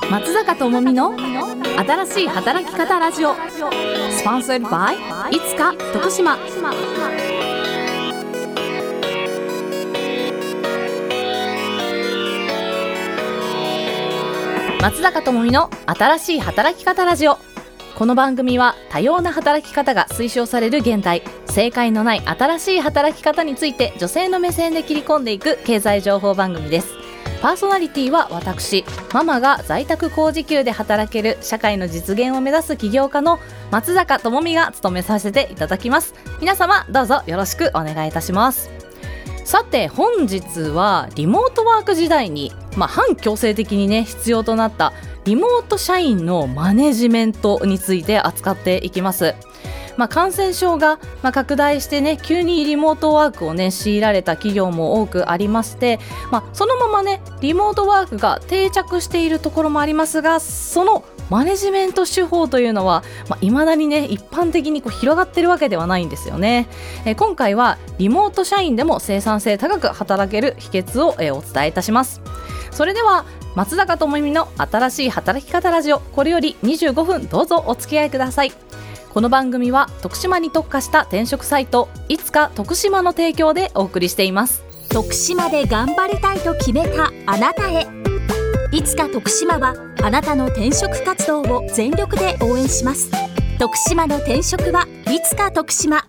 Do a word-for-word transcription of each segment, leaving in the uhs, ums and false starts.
松坂智美の新しい働き方ラジオ、スポンサーバイいつか徳島。松坂智美の新しい働き方ラジオ。この番組は多様な働き方が推奨される現代、正解のない新しい働き方について女性の目線で切り込んでいく経済情報番組です。パーソナリティは私、ママが在宅高時給で働ける社会の実現を目指す起業家の松坂智美が務めさせていただきます。皆様どうぞよろしくお願いいたします。さて本日はリモートワーク時代に、まあ、半強制的にね必要となったリモート社員のマネジメントについて扱っていきます。まあ、感染症が、まあ、拡大してね急にリモートワークをね強いられた企業も多くありまして、まあ、そのままねリモートワークが定着しているところもありますが、そのマネジメント手法というのは、まあ、未だにね一般的にこう広がっているわけではないんですよね。えー、今回はリモート社員でも生産性高く働ける秘訣を、えー、お伝えいたします。それでは松坂智美の新しい働き方ラジオ、これよりにじゅうごふんどうぞお付き合いください。この番組は徳島に特化した転職サイトいつか徳島の提供でお送りしています。 徳島で頑張りたいと決めたあなたへ、いつか徳島はあなたの転職活動を全力で応援します。徳島の転職はいつか徳島。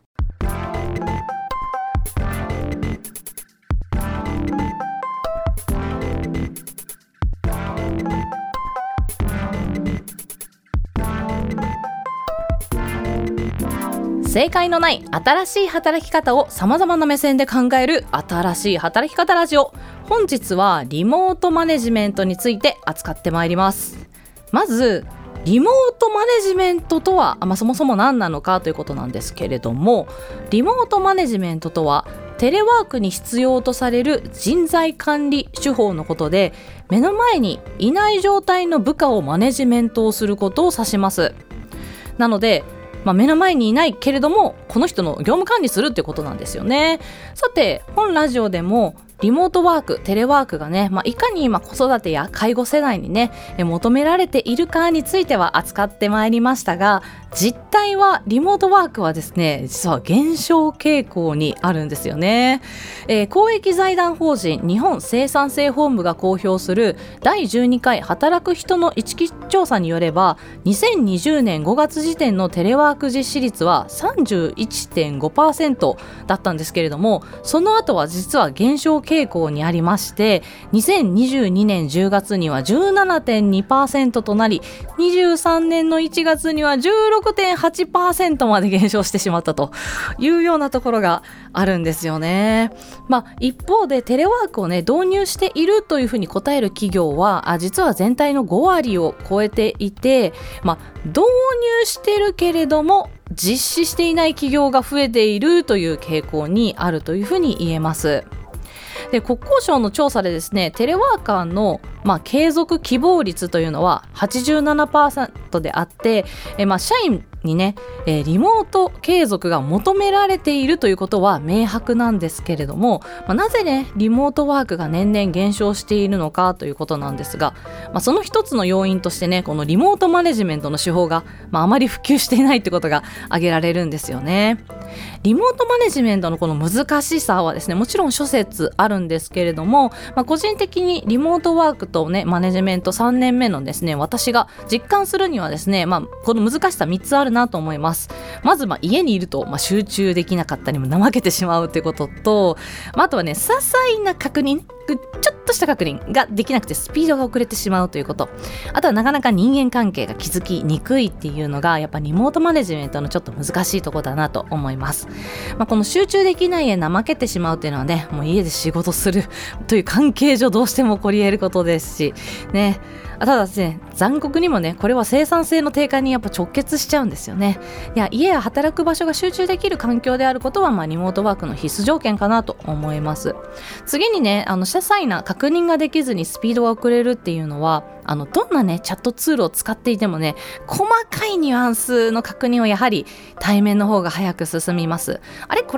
正解のない新しい働き方をさまざまな目線で考える新しい働き方ラジオ。本日はリモートマネジメントについて扱ってまいります。まずリモートマネジメントとは、まあ、そもそも何なのかということなんですけれども、リモートマネジメントとはテレワークに必要とされる人材管理手法のことで、目の前にいない状態の部下をマネジメントをすることを指します。なのでまあ、目の前にいないけれどもこの人の業務管理するってことなんですよね。さて本ラジオでもリモートワーク、テレワークがね、まあ、いかに今子育てや介護世代にね求められているかについては扱ってまいりましたが、実態はリモートワークはですね実は減少傾向にあるんですよね。えー、公益財団法人日本生産性本部が公表するだいじゅうにかい働く人の意識調査によれば、にせんにじゅうねんごがつ時点のテレワーク実施率は さんじゅういってんごパーセント だったんですけれども、その後は実は減少傾向にありまして、にせんにじゅうにねんじゅうがつには じゅうななてんにパーセント となり、にじゅうさんねんのいちがつには じゅうろくてんはちパーセント まで減少してしまったというようなところがあるんですよね。まあ、一方でテレワークをね導入しているというふうに答える企業はあ実は全体のごわりを超えていて、まあ、導入してるけれども実施していない企業が増えているという傾向にあるというふうに言えます。で国交省の調査でですねテレワーカーの、まあ、継続希望率というのは はちじゅうななパーセント であって、え、まあ、社員にね、えー、リモート継続が求められているということは明白なんですけれども、まあ、なぜねリモートワークが年々減少しているのかということなんですが、まあ、その一つの要因としてねこのリモートマネジメントの手法が、まあ、あまり普及していないということが挙げられるんですよね。リモートマネジメントのこの難しさはですねもちろん諸説あるんですけれども、まあ、個人的にリモートワークとねマネジメントさんねんめのですね私が実感するにはですね、まあ、この難しさみっつあるなと思います。まずまあ家にいるとまあ集中できなかったりも怠けてしまうということと、まあ、あとはね些細な確認ちょっとした確認ができなくてスピードが遅れてしまうということ、あとはなかなか人間関係が築きにくいっていうのがやっぱリモートマネジメントのちょっと難しいところだなと思います。まあ、この集中できないや怠けてしまうっていうのはねもう家で仕事するという関係上どうしても起こり得ることですしね。ただですね残酷にもねこれは生産性の低下にやっぱ直結しちゃうんですよね。いや家や働く場所が集中できる環境であることはまあリモートワークの必須条件かなと思います。次にねあの些細な確認ができずにスピードが遅れるっていうのはあのどんなねチャットツールを使っていてもね細かいニュアンスの確認はやはり対面の方が早く進みます。あれこれって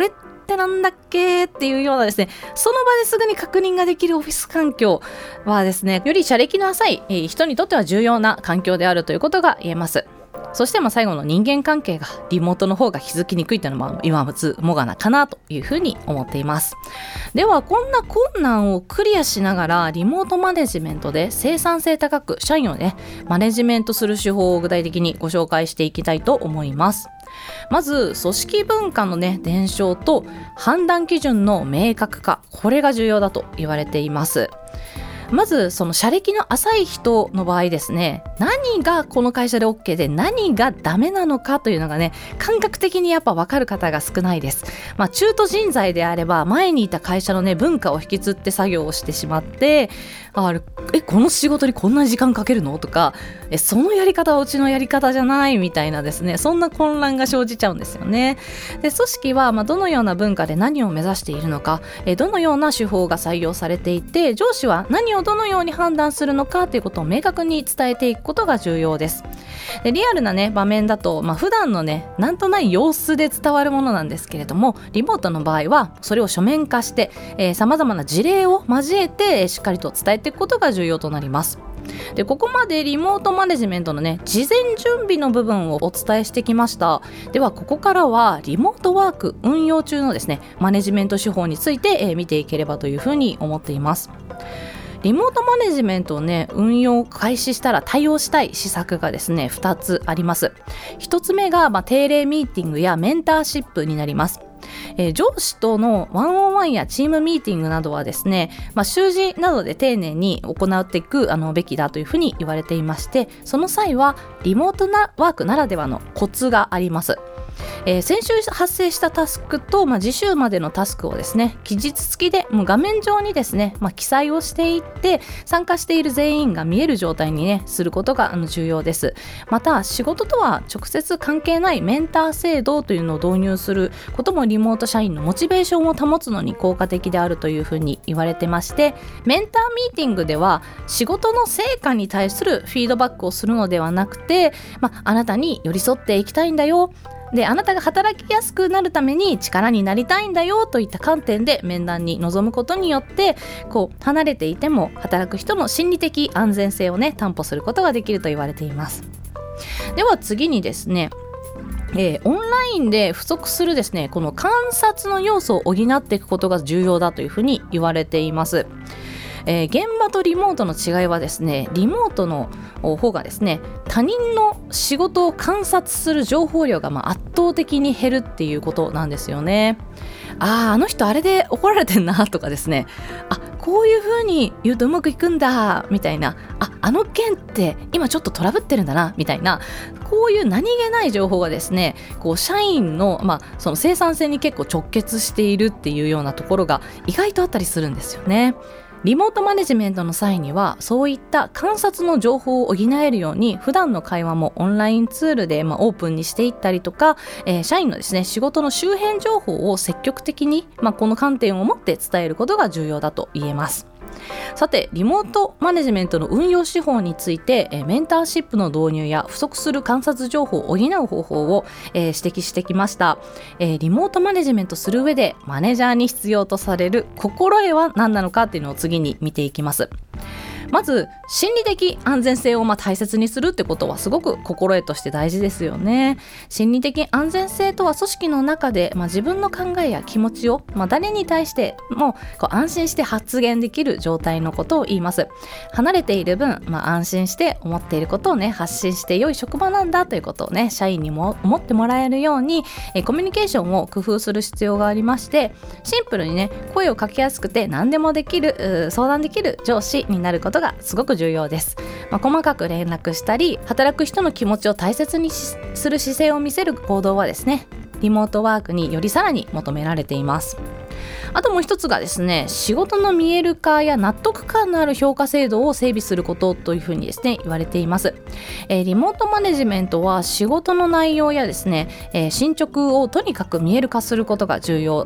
手なんだっけっていうようなですね、その場ですぐに確認ができるオフィス環境はですね、より社歴の浅い人にとっては重要な環境であるということが言えます。そしてまあ最後の人間関係がリモートの方が気づきにくいというのは今はつもがなかなというふうに思っています。ではこんな困難をクリアしながらリモートマネジメントで生産性高く社員をねマネジメントする手法を具体的にご紹介していきたいと思います。まず組織文化のね伝承と判断基準の明確化、これが重要だと言われています。まずその社歴の浅い人の場合ですね、何がこの会社で OK で何がダメなのかというのがね感覚的にやっぱ分かる方が少ないです。まあ、中途人材であれば前にいた会社のね文化を引き継って作業をしてしまって、あえこの仕事にこんな時間かけるのとか、えそのやり方はうちのやり方じゃないみたいなですね、そんな混乱が生じちゃうんですよね。で組織はまあどのような文化で何を目指しているのか、えどのような手法が採用されていて、上司は何をどのように判断するのかということを明確に伝えていくことが重要です。でリアルなね場面だと、まあ、普段のねなんとない様子で伝わるものなんですけれども、リモートの場合はそれを書面化してさまざまな事例を交えてしっかりと伝えていくことが重要となります。でここまでリモートマネジメントのね事前準備の部分をお伝えしてきました。ではここからはリモートワーク運用中のですねマネジメント手法について、えー、見ていければというふうに思っています。リモートマネジメントをね運用開始したら対応したい施策がですねふたつあります。ひとつめが、まあ、定例ミーティングやメンターシップになります。えー、上司とのワンオンワンやチームミーティングなどはですね、まあ、習字などで丁寧に行っていくあのべきだというふうに言われていまして、その際はリモートなワークならではのコツがあります。えー、先週発生したタスクと、まあ、次週までのタスクをですね期日付きでもう画面上にですね、まあ、記載をしていって参加している全員が見える状態に、ね、することがあの重要です。また仕事とは直接関係ないメンター制度というのを導入することもリモート社員のモチベーションを保つのに効果的であるというふうに言われてまして、メンターミーティングでは仕事の成果に対するフィードバックをするのではなくて、まあ、あなたに寄り添っていきたいんだよ、であなたが働きやすくなるために力になりたいんだよといった観点で面談に臨むことによって、こう離れていても働く人の心理的安全性をね担保することができると言われています。では次にですね、えー、オンラインで不足するですねこの観察の要素を補っていくことが重要だというふうに言われています。えー、現場とリモートの違いはですね、リモートの方がですね他人の仕事を観察する情報量がまあ圧倒的に減るっていうことなんですよね。あああの人あれで怒られてんなとかですね、あこういう風に言うとうまくいくんだみたいな、ああの件って今ちょっとトラブってるんだなみたいな、こういう何気ない情報がですねこう社員の、まあ、その生産性に結構直結しているっていうようなところが意外とあったりするんですよね。リモートマネジメントの際にはそういった観察の情報を補えるように普段の会話もオンラインツールでまあオープンにしていったりとか、えー、社員のですね仕事の周辺情報を積極的に、まあ、この観点を持って伝えることが重要だと言えます。さてリモートマネジメントの運用手法について、えー、メンターシップの導入や不足する観察情報を補う方法を、えー、指摘してきました。えー、リモートマネジメントする上でマネージャーに必要とされる心得は何なのかっていうのを次に見ていきます。まず心理的安全性をまあ大切にするってことはすごく心得として大事ですよね。心理的安全性とは組織の中で、まあ、自分の考えや気持ちを、まあ、誰に対してもこう安心して発言できる状態のことを言います。離れている分、まあ、安心して思っていることをね発信して良い職場なんだということをね社員にも思ってもらえるようにえコミュニケーションを工夫する必要がありまして、シンプルにね声をかけやすくて何でもできる相談できる上司になることがすごく重要です。まあ、細かく連絡したり働く人の気持ちを大切にする姿勢を見せる行動はですねリモートワークによりさらに求められています。あともう一つがですね仕事の見える化や納得感のある評価制度を整備することというふうにですね言われています。えー、リモートマネジメントは仕事の内容やですね、えー、進捗をとにかく見える化することが重要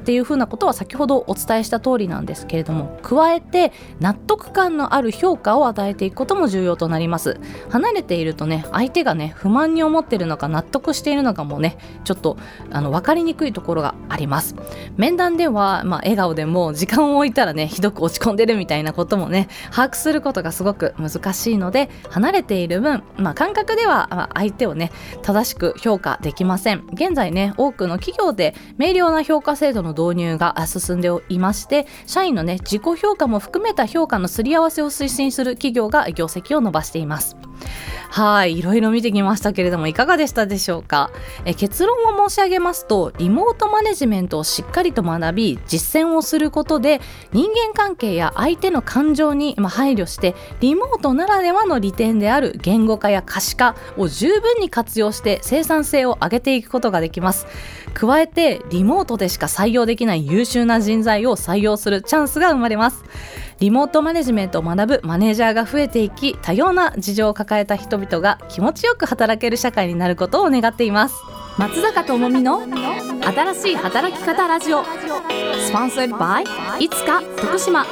っていうふうなことは先ほどお伝えした通りなんですけれども、加えて納得感のある評価を与えていくことも重要となります。離れているとね、相手がね不満に思っているのか納得しているのかもねちょっとあの分かりにくいところがあります。面談では、まあ、笑顔でも時間を置いたらねひどく落ち込んでるみたいなこともね把握することがすごく難しいので、離れている分、まあ、感覚では、まあ、相手をね正しく評価できません。現在ね多くの企業で明瞭な評価制度の導入が進んでいまして、社員のね自己評価も含めた評価のすり合わせを推進する企業が業績を伸ばしています。はい、いろいろ見てきましたけれどもいかがでしたでしょうか。え結論を申し上げますと、リモートマネジメントをしっかりと学び実践をすることで人間関係や相手の感情に配慮してリモートならではの利点である言語化や可視化を十分に活用して生産性を上げていくことができます。加えてリモートでしか採用できない優秀な人材を採用するチャンスが生まれます。リモートマネジメントを学ぶマネージャーが増えていき、多様な事情を抱えた人々が気持ちよく働ける社会になることを願っています。松坂智美の新しい働き方ラジオ、スポンサードバイいつか徳島。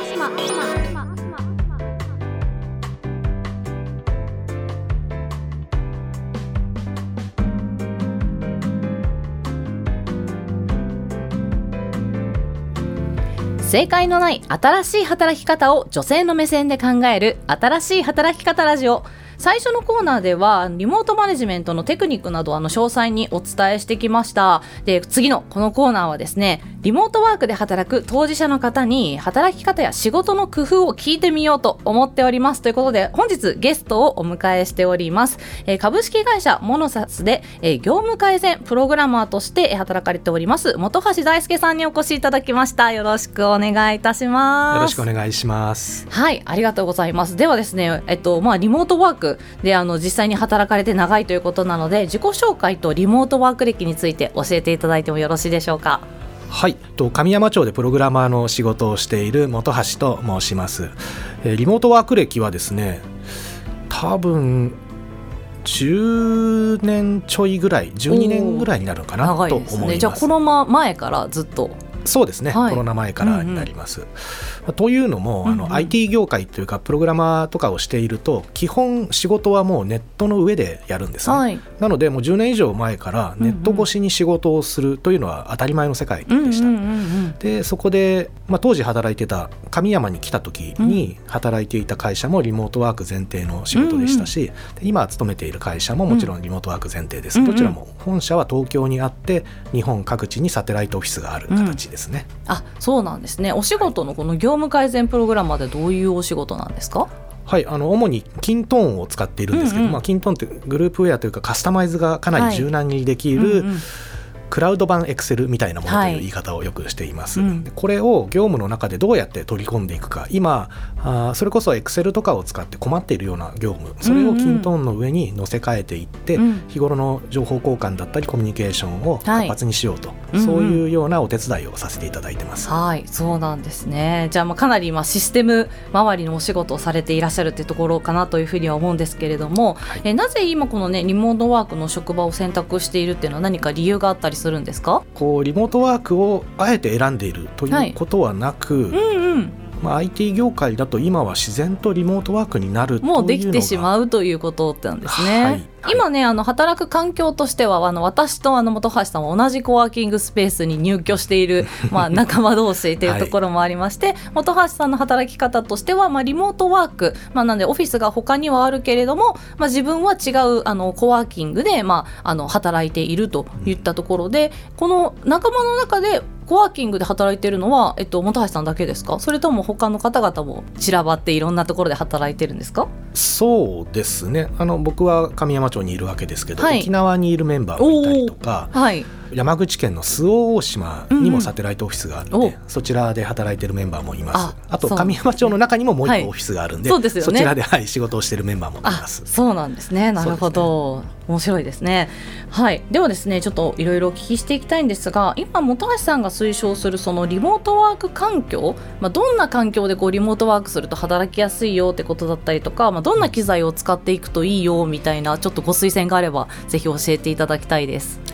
正解のない新しい働き方を女性の目線で考える新しい働き方ラジオ。最初のコーナーではリモートマネジメントのテクニックなどあの詳細にお伝えしてきました。で、次のこのコーナーはですね、リモートワークで働く当事者の方に働き方や仕事の工夫を聞いてみようと思っております。ということで本日ゲストをお迎えしております。えー、株式会社モノサスで、えー、業務改善プログラマーとして働かれております本橋大輔さんにお越しいただきました。よろしくお願いいたします。 よろしくお願いします。 はい、ありがとうございます。ではですね、えっとまあ、リモートワークであの実際に働かれて長いということなので、自己紹介とリモートワーク歴について教えていただいてもよろしいでしょうか。 はい、神山町でプログラマーの仕事をしている本橋と申します。えー、リモートワーク歴はですね、多分じゅうねんちょいぐらい、じゅうにねんぐらいになるのかなと思います。 長いですね。じゃあコロナ前からずっと。 そうですね、はい、コロナ前からになります。うんうん、というのも、あの、うんうん、アイティー 業界というかプログラマーとかをしていると基本仕事はもうネットの上でやるんですね。はい、なのでもうじゅうねん以上前からネット越しに仕事をするというのは当たり前の世界でした。でそこで、まあ、当時働いてた神山に来た時に働いていた会社もリモートワーク前提の仕事でしたし、うんうん、で今勤めている会社ももちろんリモートワーク前提です。うんうん、どちらも本社は東京にあって日本各地にサテライトオフィスがある形ですね。 うん、あ、そうなんですね。お仕事のこの業務改善プログラマーでどういうお仕事なんですか？ はい、あの主にキントーンを使っているんですけど、うんうん、まあ、キントーンってグループウェアというかカスタマイズがかなり柔軟にできる、はい、うんうん、クラウド版エクセルみたいなものという言い方をよくしています。はい、うん、これを業務の中でどうやって取り込んでいくか、今あそれこそエクセルとかを使って困っているような業務、それをキントーンの上に乗せ替えていって、うんうん、日頃の情報交換だったりコミュニケーションを活発にしようと、はい、そういうようなお手伝いをさせていただいてます。 うんうん、はい、そうなんですね。じゃあ、まあかなり今システム周りのお仕事をされていらっしゃるというところかなというふうには思うんですけれども、はい、えなぜ今このねリモートワークの職場を選択しているっていうのは何か理由があったりするんですか？ こうリモートワークをあえて選んでいるということはなく、はい、うんうん、まあ、アイティー 業界だと今は自然とリモートワークになるというのがもうできてしまうということなんですね。はいはい、今ねあの働く環境としてはあの私とあの本橋さんは同じコワーキングスペースに入居している、まあ、仲間同士というところもありまして、はい、本橋さんの働き方としては、まあ、リモートワーク、まあ、なんでオフィスが他にはあるけれども、まあ、自分は違うあのコワーキングで、まあ、あの働いているといったところで、うん、この仲間の中でコワーキングで働いているのは、えっと、本橋さんだけですか？それとも他の方々も散らばっていろんなところで働いてるんですか？ そうですね、あの僕は神山町にいるわけですけど、はい、沖縄にいるメンバーもいたりとか、はい、山口県の周防大島にもサテライトオフィスがあるので、うんうん、そちらで働いているメンバーもいます。 あ, あと神山町の中にももう一個オフィスがあるんで、はい、 そ, で、ね、そちらで、はい、仕事をしているメンバーもいます。 あ、そうなんですね。なるほど、ね、面白いですね。はい、ではですねちょっといろいろお聞きしていきたいんですが、今本橋さんが推奨するそのリモートワーク環境、まあ、どんな環境でこうリモートワークすると働きやすいよってことだったりとか、まあ、どんな機材を使っていくといいよみたいなちょっとご推薦があればぜひ教えていただきたいです。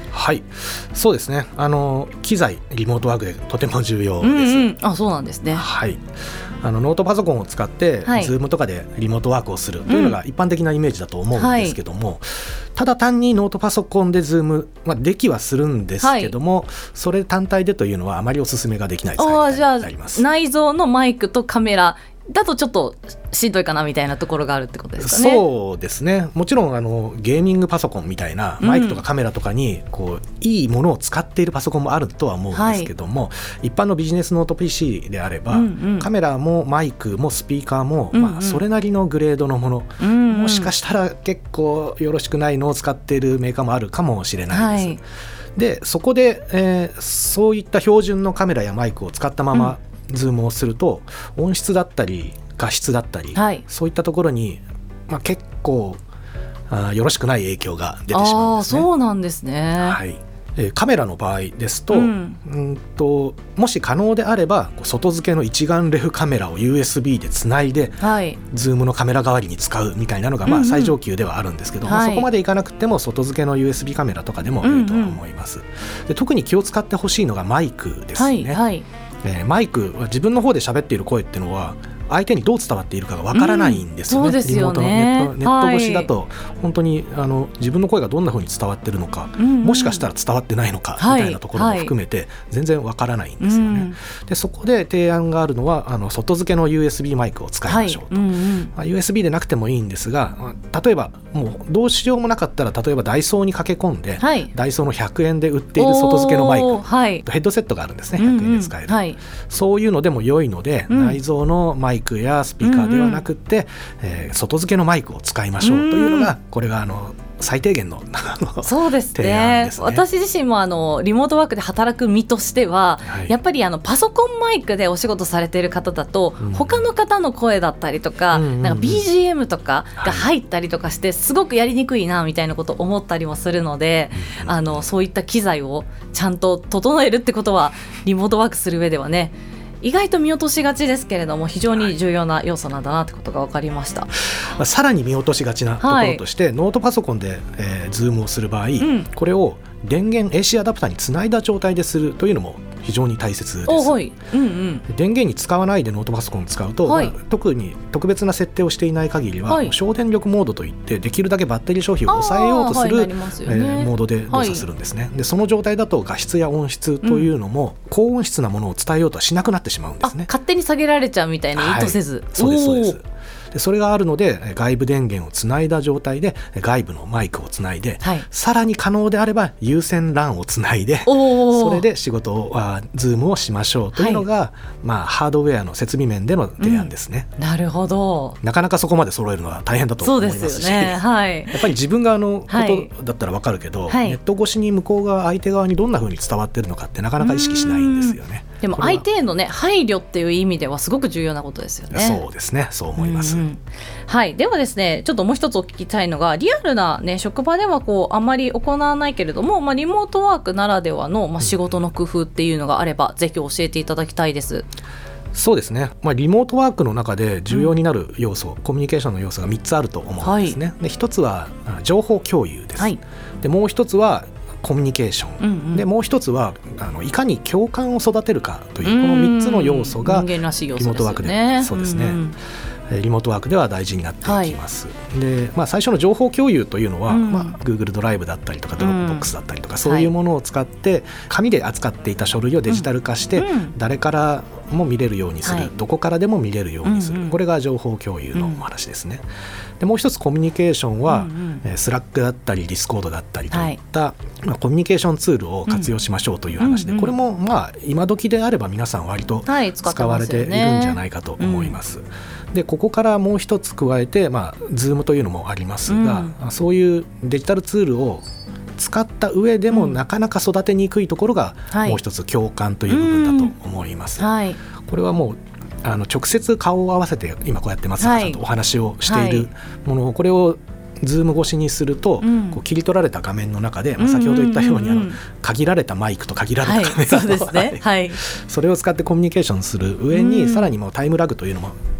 はい、そうですね。あの機材リモートワークでとても重要です。うんうん、あ、そうなんですね。 はい、あのノートパソコンを使って、はい、Zoom とかでリモートワークをするというのが一般的なイメージだと思うんですけども、うんはい、ただ単にノートパソコンで Zoom、まあ、できはするんですけども、はい、それ単体でというのはあまりお勧めができない使い方になります。 じゃあ内蔵のマイクとカメラだとちょっとしんどいかなみたいなところがあるってことですかね。 そうですね。もちろんあのゲーミングパソコンみたいなマイクとかカメラとかにこう、うん、いいものを使っているパソコンもあるとは思うんですけども、はい、一般のビジネスノート ピーシー であれば、うんうん、カメラもマイクもスピーカーも、うんうんまあ、それなりのグレードのもの、うんうん、もしかしたら結構よろしくないのを使っているメーカーもあるかもしれないです、はい、でそこで、えー、そういった標準のカメラやマイクを使ったまま、うん、ズームをすると音質だったり画質だったり、はい、そういったところに、まあ、結構あよろしくない影響が出てしまうんですね。 あ、そうなんですね、 はいえー、カメラの場合ですと、うん、うんともし可能であれば外付けの一眼レフカメラを ユーエスビー でつないで、はい、Zoom のカメラ代わりに使うみたいなのが、まあ、最上級ではあるんですけど、うんうんまあ、そこまでいかなくても外付けの ユーエスビー カメラとかでも良いとは思います、うんうん、で特に気を使ってほしいのがマイクですね、はいはいえー、マイクは自分の方で喋っている声っていうのは相手にどう伝わっているかがわからないんですよね、うん、そうですよね。リモートのネット、ネット越しだと本当にあの自分の声がどんな風に伝わってるのか、うんうん、もしかしたら伝わってないのかみたいなところも含めて全然わからないんですよね、はいはい、でそこで提案があるのはあの外付けの ユーエスビー マイクを使いましょうと、はいうんうんまあ、ユーエスビー でなくてもいいんですが、例えばもうどうしようもなかったら例えばダイソーに駆け込んで、はい、ダイソーのひゃくえんで売っている外付けのマイク、はい、ヘッドセットがあるんですね、ひゃくえんで使える、うんうんはい、そういうのでも良いので、うん、内蔵のマイクやスピーカーではなくて、うんうんえー、外付けのマイクを使いましょうというのが、これがあの最低限のそうです ね, 提案ですね。私自身もあのリモートワークで働く身としては、はい、やっぱりあのパソコンマイクでお仕事されている方だと、うん、他の方の声だったりとか、うんうんうん、なんか ビージーエム とかが入ったりとかしてすごくやりにくいなみたいなことを思ったりもするので、はい、あのそういった機材をちゃんと整えるってことはリモートワークする上ではね意外と見落としがちですけれども非常に重要な要素なんだなってことが分かりました、はいまあ、さらに見落としがちなところとして、はい、ノートパソコンで、えー、ズームをする場合、うん、これを電源 エーシー アダプターにつないだ状態でするというのも非常に大切です、はいうんうん、電源に使わないでノートパソコンを使うと、はいまあ、特に特別な設定をしていない限りは、はい、省電力モードといってできるだけバッテリー消費を抑えようとする、はいねえー、モードで動作するんですね、はい、でその状態だと画質や音質というのも、うん、高音質なものを伝えようとはしなくなってしまうんですね。 勝手に下げられちゃうみたいな意図せず、 はい、そうですそうです。でそれがあるので外部電源をつないだ状態で外部のマイクをつないで、はい、さらに可能であれば有線 ラン をつないでそれで仕事をズームをしましょうというのが、はいまあ、ハードウェアの設備面での提案ですね、 うん、なるほど。 なかなかそこまで揃えるのは大変だと思いますし、そうですよね、はい、やっぱり自分側のことだったら分かるけど、はい、ネット越しに向こう側相手側にどんな風に伝わってるのかってなかなか意識しないんですよね。 でも相手への、ね、配慮っていう意味ではすごく重要なことですよね。 そうですね、そう思います、うんうん、 はい、ではですねちょっともう一つお聞きたいのがリアルな、ね、職場ではこうあまり行わないけれども、まあ、リモートワークならではの、まあ、仕事の工夫っていうのがあれば、うん、ぜひ教えていただきたいです。 そうですね、まあ、リモートワークの中で重要になる要素、うん、コミュニケーションの要素がみっつあると思うんですね、はい、でひとつは情報共有です、はい、でもうひとつはコミュニケーション、うんうん、でもう一つはあのいかに共感を育てるかというこのみっつの要素がリモートワークでそうですね、うんうん、リモートワークでは大事になっていきます、はい、でまあ、最初の情報共有というのは、うんまあ、Google ドライブだったりとかドロップボックスだったりとか、うん、そういうものを使って紙で扱っていた書類をデジタル化して、うん、誰からも見れるようにする、はい、どこからでも見れるようにする、うんうん、これが情報共有のお話ですね、うん、でもう一つコミュニケーションは、うんうん、スラックだったりディスコードだったりといった、はいまあ、コミュニケーションツールを活用しましょうという話で、うんうん、これもまあ今時であれば皆さん割と使われているんじゃないかと思います、はい、使ってますよね。でここからもう一つ加えて、まあ、Zoom というのもありますが、うん、そういうデジタルツールを使った上でもなかなか育てにくいところがもう一つ共感という部分だと思います、はい、これはもうあの直接顔を合わせて今こうやってますが、はい、ちゃんとお話をしているものをこれをズーム越しにすると、うん、こう切り取られた画面の中で、まあ、先ほど言ったように、うんうんうん、あの限られたマイクと限られたカメラ、はい そ, うですねはい、それを使ってコミュニケーションする上に、うん、さらにもうタイムラグというのも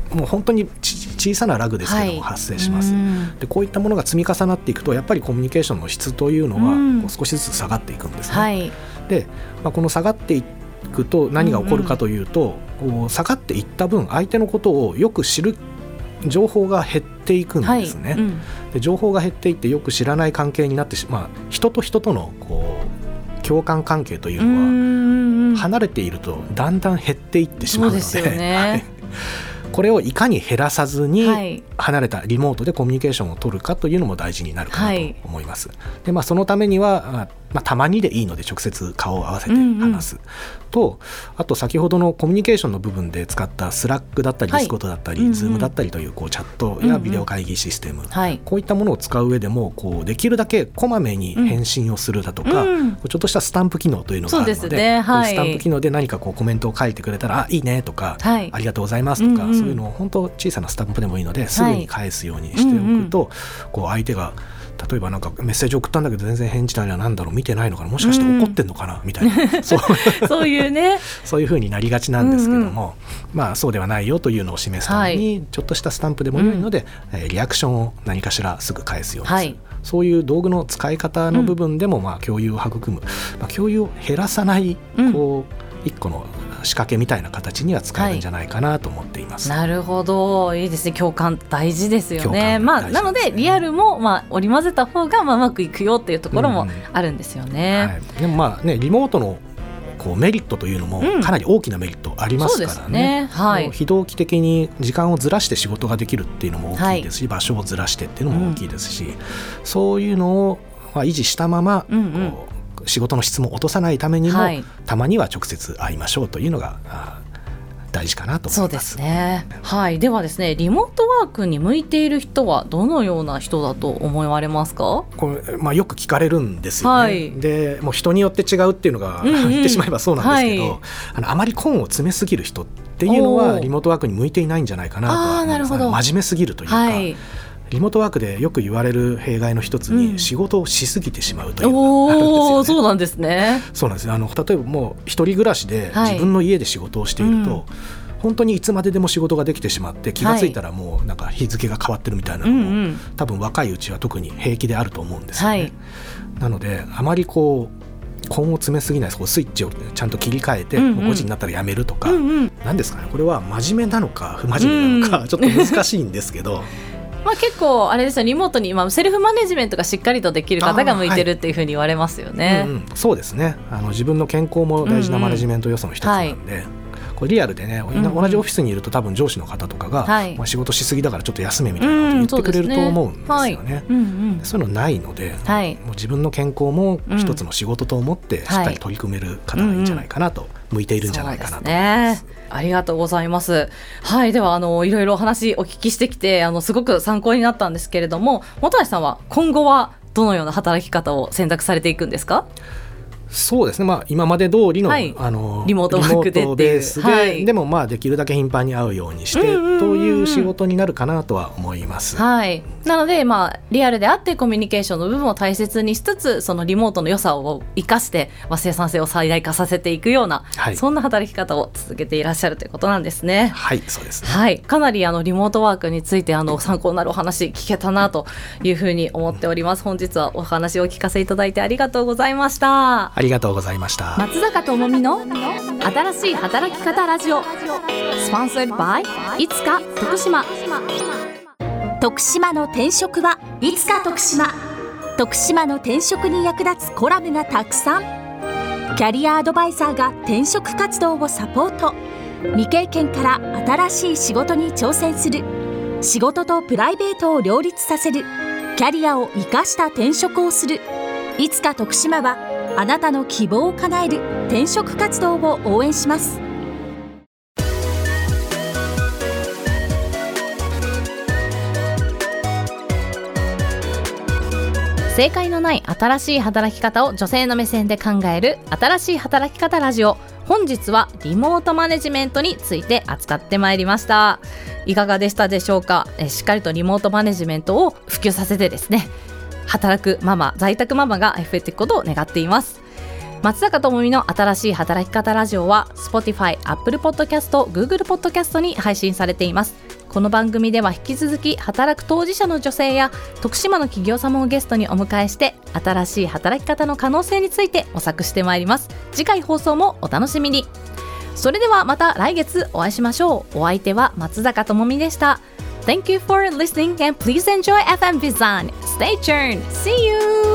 もう本当に小さなラグですけども発生します、はい、でこういったものが積み重なっていくとやっぱりコミュニケーションの質というのはこう少しずつ下がっていくんですね、はい、で、まあ、この下がっていくと何が起こるかというと、うんうん、こう下がっていった分相手のことをよく知る情報が減っていくんですね、はいうん、で情報が減っていってよく知らない関係になってしまう、まあ、人と人とのこう共感関係というのは離れているとだんだん減っていってしまうので、そうですよね、はい、これをいかに減らさずに離れたリモートでコミュニケーションを取るかというのも大事になるかなと思います、はい、でまあ、そのためには、まあ、たまにでいいので直接顔を合わせて話す、うんうん、とあと先ほどのコミュニケーションの部分で使ったスラックだったり、はい、ディスコードだったり、うんうん、ズームだったりという、こうチャットやビデオ会議システム、うんうん、こういったものを使う上でもこうできるだけこまめに返信をするだとか、うん、ちょっとしたスタンプ機能というのがあるの で, で、ねはい、スタンプ機能で何かこうコメントを書いてくれたらあいいねとか、はい、ありがとうございますとか、うんうん、そういうのを本当小さなスタンプでもいいのですぐに返すようにしておくと、はい、こう相手が例えばなんかメッセージ送ったんだけど全然返事ないのは何だろう見てないのかなもしかして怒ってんのかな、うん、みたいなそう、 そういうねそういう風になりがちなんですけども、うんうん、まあそうではないよというのを示すために、はい、ちょっとしたスタンプでも良いので、うんえー、リアクションを何かしらすぐ返すようにする、はい、そういう道具の使い方の部分でもまあ共有を育む、まあ、共有を減らさないこう一個の仕掛けみたいな形には使えるんじゃないかなと思っています、 はい、なるほどいいですね。共感大事ですよね。まあ、なのでリアルもまあ織り交ぜた方がまあうまくいくよっていうところもあるんですよね、うんはい、 でもまあねリモートのこうメリットというのもかなり大きなメリットありますからね、うん、そうですね、はい、非同期的に時間をずらして仕事ができるっていうのも大きいですし、はい、場所をずらしてっていうのも大きいですし、うん、そういうのをまあ維持したままこう、うんうん仕事の質も落とさないためにも、はい、たまには直接会いましょうというのが大事かなと思います。 そうですね、はい、ではですねリモートワークに向いている人はどのような人だと思われますか？ これ、まあ、よく聞かれるんですよね、はい、でもう人によって違うっていうのが、うんうん、言ってしまえばそうなんですけど、はい、あのあまり根を詰めすぎる人っていうのはリモートワークに向いていないんじゃないかなとは思います。あ、なるほど。真面目すぎるというか、はいリモートワークでよく言われる弊害の一つに仕事をしすぎてしまうというのがあるんですよね、うん、そうなんですね。そうなんです。あの例えばもう一人暮らしで自分の家で仕事をしていると、はいうん、本当にいつまででも仕事ができてしまって気がついたらもうなんか日付が変わってるみたいなのも、はい、多分若いうちは特に平気であると思うんですよね、はい、なのであまりこう根を詰めすぎないこうスイッチをちゃんと切り替えて、うんうん、もうごじになったらやめるとか、うんうん、なんですかねこれは真面目なのか不真面目なのか、うん、ちょっと難しいんですけどまあ、結構あれですよリモートに今セルフマネジメントがしっかりとできる方が向いてるっていうふうに言われますよね、はいうんうん、 そうですねあの自分の健康も大事なマネジメント要素の一つなんで、うんうんはいこれリアルでね、うんうん、同じオフィスにいると多分上司の方とかが、はいまあ、仕事しすぎだからちょっと休めみたいなこと言ってくれると思うんですよね、うん そうですねはいうんうん、そういうのないので、はい、もう自分の健康も一つの仕事と思ってしっかり取り組める方がいいんじゃないかなと、はいうんうん、向いているんじゃないかなと思います。 ありがとうございます。はい、ではあのいろいろお話お聞きしてきてあのすごく参考になったんですけれども、本橋さんは今後はどのような働き方を選択されていくんですか？ そうですね、まあ、今まで通りの、はい、あのリモートワークでっていうベースで、はい、でもまあできるだけ頻繁に会うようにして、うんうんうん、という仕事になるかなとは思います、 はい、なので、まあ、リアルであってコミュニケーションの部分を大切にしつつそのリモートの良さを生かして、まあ、生産性を最大化させていくような、はい、そんな働き方を続けていらっしゃるということなんですね。 はいそうですね、 はい、かなりあのリモートワークについてあの参考になるお話聞けたなというふうに思っております。本日はお話を聞かせいただいてありがとうございました。 ありがとうございました。 松坂智美の新しい働き方ラジオスポンサーバイいつか徳島。 徳島の転職はいつか徳島。徳島の転職に役立つコラムがたくさん。キャリアアドバイザーが転職活動をサポート。未経験から新しい仕事に挑戦する。仕事とプライベートを両立させる。キャリアを生かした転職をする。いつか徳島はあなたの希望を叶える転職活動を応援します。 正解のない新しい働き方を女性の目線で考える新しい働き方ラジオ。本日はリモートマネジメントについて扱ってまいりました。いかがでしたでしょうか。えしっかりとリモートマネジメントを普及させてですね働くママ在宅ママが増えていくことを願っています。松坂智美の新しい働き方ラジオは Spotify、Apple Podcast、Google Podcast に配信されています。 この番組では引き続き働く当事者の女性や徳島の企業様をゲストにお迎えして新しい働き方の可能性について模索してまいります。次回放送もお楽しみに。それではまた来月お会いしましょう。お相手は松坂智美でした。Thank you for listening and please enjoy エフエム Bizon. Stay tuned. See you!